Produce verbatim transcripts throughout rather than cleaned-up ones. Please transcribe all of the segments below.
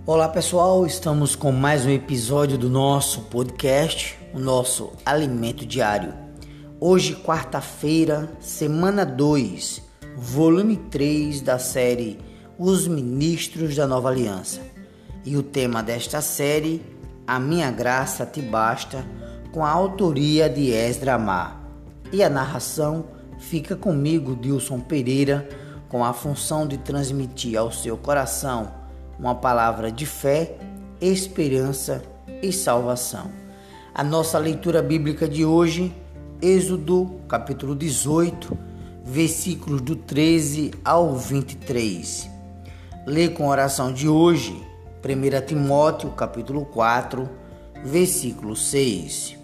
Olá pessoal, estamos com mais um episódio do nosso podcast, o nosso Alimento Diário. Hoje, quarta-feira, semana dois, volume três da série Os Ministros da Nova Aliança. E o tema desta série, A Minha Graça Te Basta, com a autoria de Esdra Amar. E a narração fica comigo, Dilson Pereira, com a função de transmitir ao seu coração uma palavra de fé, esperança e salvação. A nossa leitura bíblica de hoje, Êxodo, capítulo dezoito, versículos do treze ao vinte e três. Lê com a oração de hoje, primeira Timóteo, capítulo quatro, versículo seis.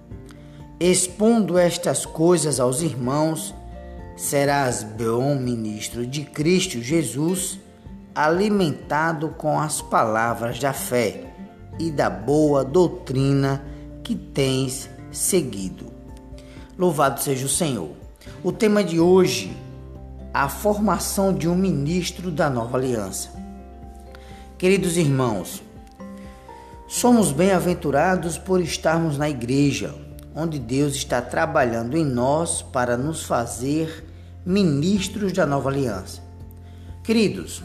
Expondo estas coisas aos irmãos, serás bom ministro de Cristo Jesus, alimentado com as palavras da fé e da boa doutrina que tens seguido. Louvado seja o Senhor. O tema de hoje, a formação de um ministro da nova aliança. Queridos irmãos, somos bem-aventurados por estarmos na igreja, onde Deus está trabalhando em nós para nos fazer ministros da nova aliança. Queridos,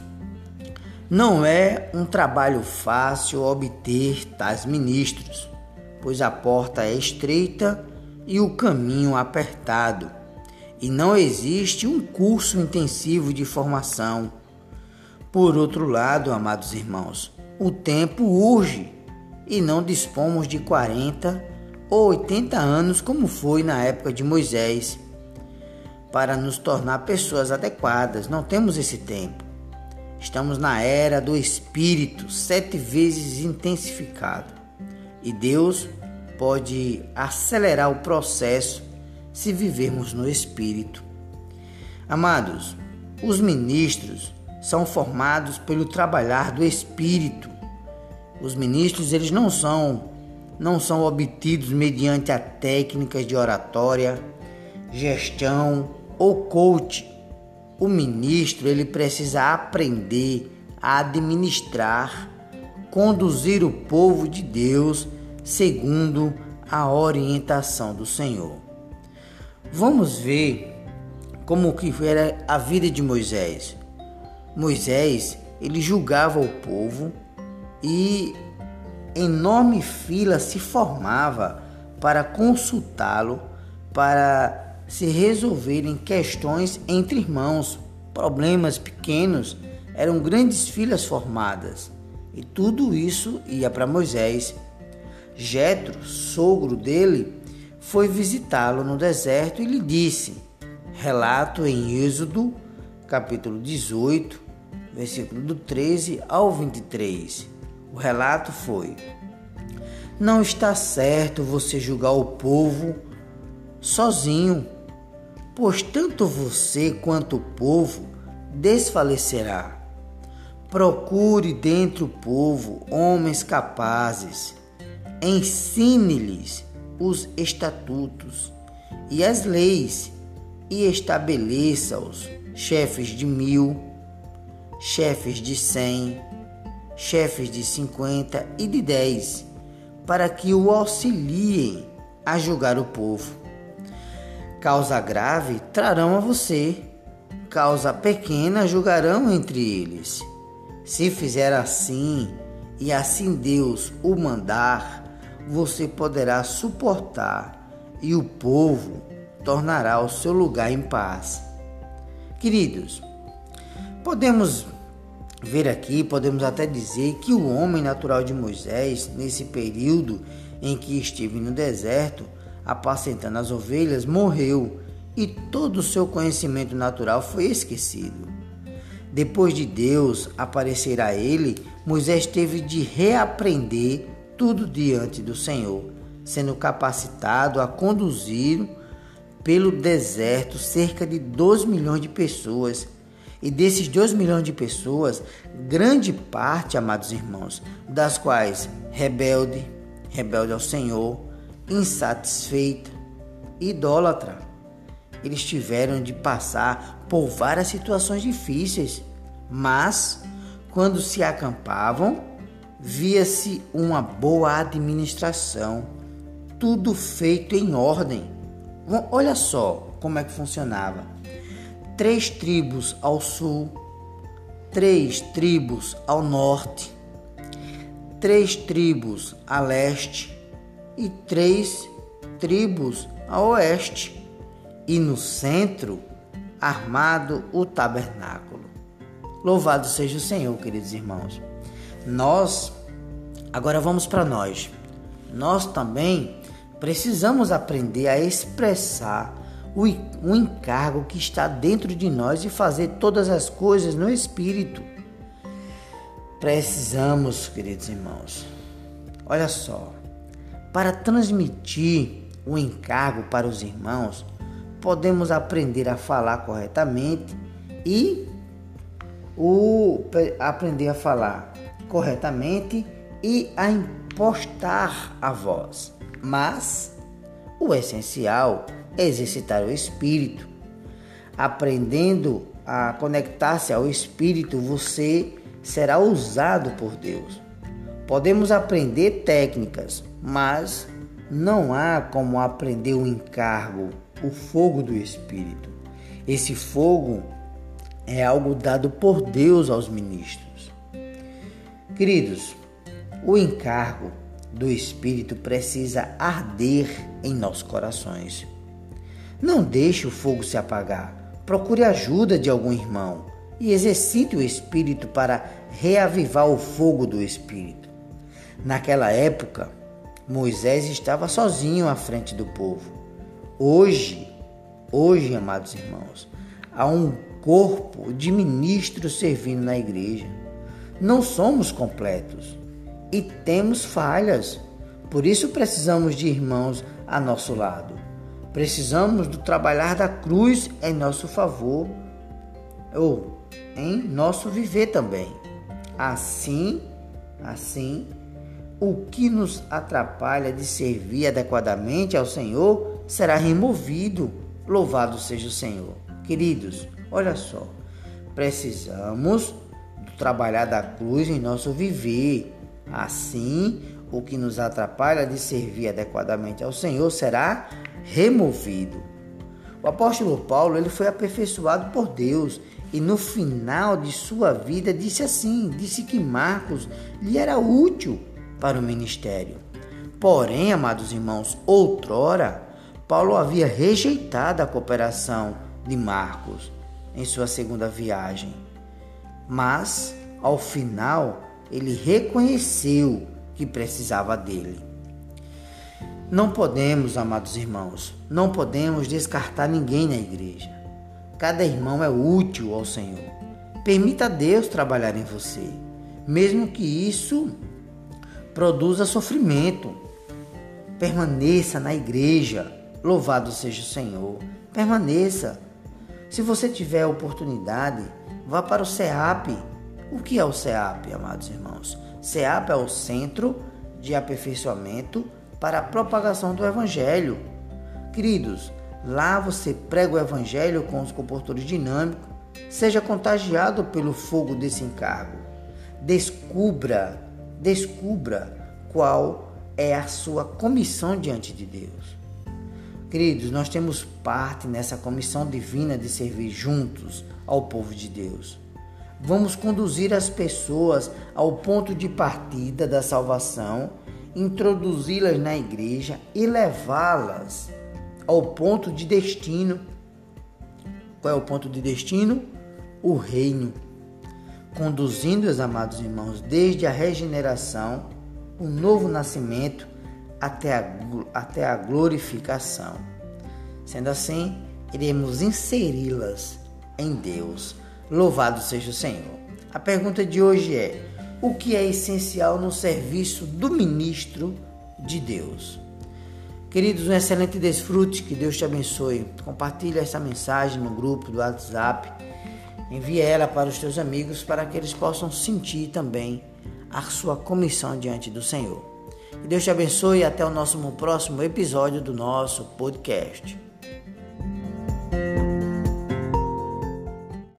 não é um trabalho fácil obter tais ministros, pois a porta é estreita e o caminho apertado, e não existe um curso intensivo de formação. Por outro lado, amados irmãos, o tempo urge e não dispomos de quarenta ou oitenta anos, como foi na época de Moisés, para nos tornar pessoas adequadas. Não temos esse tempo. Estamos na era do Espírito, sete vezes intensificado. E Deus pode acelerar o processo se vivermos no Espírito. Amados, os ministros são formados pelo trabalhar do Espírito. Os ministros, eles não são, não são obtidos mediante a técnicas de oratória, gestão ou coaching. O ministro, ele precisa aprender a administrar, conduzir o povo de Deus segundo a orientação do Senhor. Vamos ver como que era a vida de Moisés. Moisés, ele julgava o povo e enorme fila se formava para consultá-lo, para se resolverem questões entre irmãos. Problemas pequenos, eram grandes filas formadas, e tudo isso ia para Moisés. Jetro, sogro dele, foi visitá-lo no deserto e lhe disse, relato em Êxodo, capítulo dezoito, versículo do treze ao vinte e três. O relato foi: não está certo você julgar o povo sozinho, pois tanto você quanto o povo desfalecerá. Procure dentre o povo homens capazes, ensine-lhes os estatutos e as leis, e estabeleça-os chefes de mil, chefes de cem, chefes de cinquenta e de dez, para que o auxiliem a julgar o povo. Causa grave trarão a você, causa pequena julgarão entre eles. Se fizer assim, e assim Deus o mandar, você poderá suportar, e o povo tornará o seu lugar em paz. Queridos, podemos ver aqui, podemos até dizer que o homem natural de Moisés, nesse período em que esteve no deserto, apacentando as ovelhas, morreu, e todo o seu conhecimento natural foi esquecido. Depois de Deus aparecer a ele, Moisés teve de reaprender tudo diante do Senhor, sendo capacitado a conduzir pelo deserto cerca de dois milhões de pessoas. E desses dois milhões de pessoas, grande parte, amados irmãos, das quais rebelde, rebelde ao Senhor, insatisfeita, idólatra. Eles tiveram de passar por várias situações difíceis, mas quando se acampavam, via-se uma boa administração, tudo feito em ordem. Olha só como é que funcionava. Três tribos ao sul, três tribos ao norte, três tribos a leste e três tribos a oeste. E no centro, armado o tabernáculo. Louvado seja o Senhor, queridos irmãos. Nós, agora vamos para nós. Nós também precisamos aprender a expressar o, o encargo que está dentro de nós e fazer todas as coisas no Espírito. Precisamos, queridos irmãos, olha só, para transmitir o encargo para os irmãos, podemos aprender a falar corretamente e o, aprender a falar corretamente e a impostar a voz. Mas o essencial é exercitar o espírito. Aprendendo a conectar-se ao espírito, você será usado por Deus. Podemos aprender técnicas, mas não há como aprender o encargo, o fogo do espírito. Esse fogo é algo dado por Deus aos ministros. Queridos, o encargo do Espírito precisa arder em nossos corações. Não deixe o fogo se apagar. Procure a ajuda de algum irmão e exercite o Espírito para reavivar o fogo do Espírito. Naquela época, Moisés estava sozinho à frente do povo. Hoje, hoje, amados irmãos, há um corpo de ministros servindo na igreja. Não somos completos e temos falhas. Por isso precisamos de irmãos a nosso lado. Precisamos do trabalhar da cruz em nosso favor ou em nosso viver também. Assim, assim, o que nos atrapalha de servir adequadamente ao Senhor será removido. Louvado seja o Senhor. Queridos, olha só, precisamos do trabalhar da cruz em nosso viver. Assim, o que nos atrapalha de servir adequadamente ao Senhor será removido. O apóstolo Paulo, ele foi aperfeiçoado por Deus e no final de sua vida disse assim, disse que Marcos lhe era útil para o ministério. Porém, amados irmãos, outrora, Paulo havia rejeitado a cooperação de Marcos em sua segunda viagem. Mas, ao final, ele reconheceu que precisava dele. Não podemos, amados irmãos, não podemos descartar ninguém na igreja. Cada irmão é útil ao Senhor. Permita Deus trabalhar em você, mesmo que isso produza sofrimento. Permaneça na igreja. Louvado seja o Senhor. Permaneça. Se você tiver a oportunidade, vá para o C E A P. O que é o C E A P, amados irmãos? C E A P é o Centro de Aperfeiçoamento para a Propagação do Evangelho. Queridos, lá você prega o Evangelho com os comportadores dinâmicos. Seja contagiado pelo fogo desse encargo. Descubra, descubra qual é a sua comissão diante de Deus. Queridos, nós temos parte nessa comissão divina de servir juntos ao povo de Deus. Vamos conduzir as pessoas ao ponto de partida da salvação, introduzi-las na igreja e levá-las ao ponto de destino. Qual é o ponto de destino? O reino. Conduzindo-os, amados irmãos, desde a regeneração, o novo nascimento, até a, até a glorificação. Sendo assim, iremos inseri-las em Deus. Louvado seja o Senhor. A pergunta de hoje é: o que é essencial no serviço do ministro de Deus? Queridos, um excelente desfrute, que Deus te abençoe. Compartilhe essa mensagem no grupo do WhatsApp. Envie ela para os teus amigos para que eles possam sentir também a sua comissão diante do Senhor. Que Deus te abençoe e até o nosso próximo episódio do nosso podcast.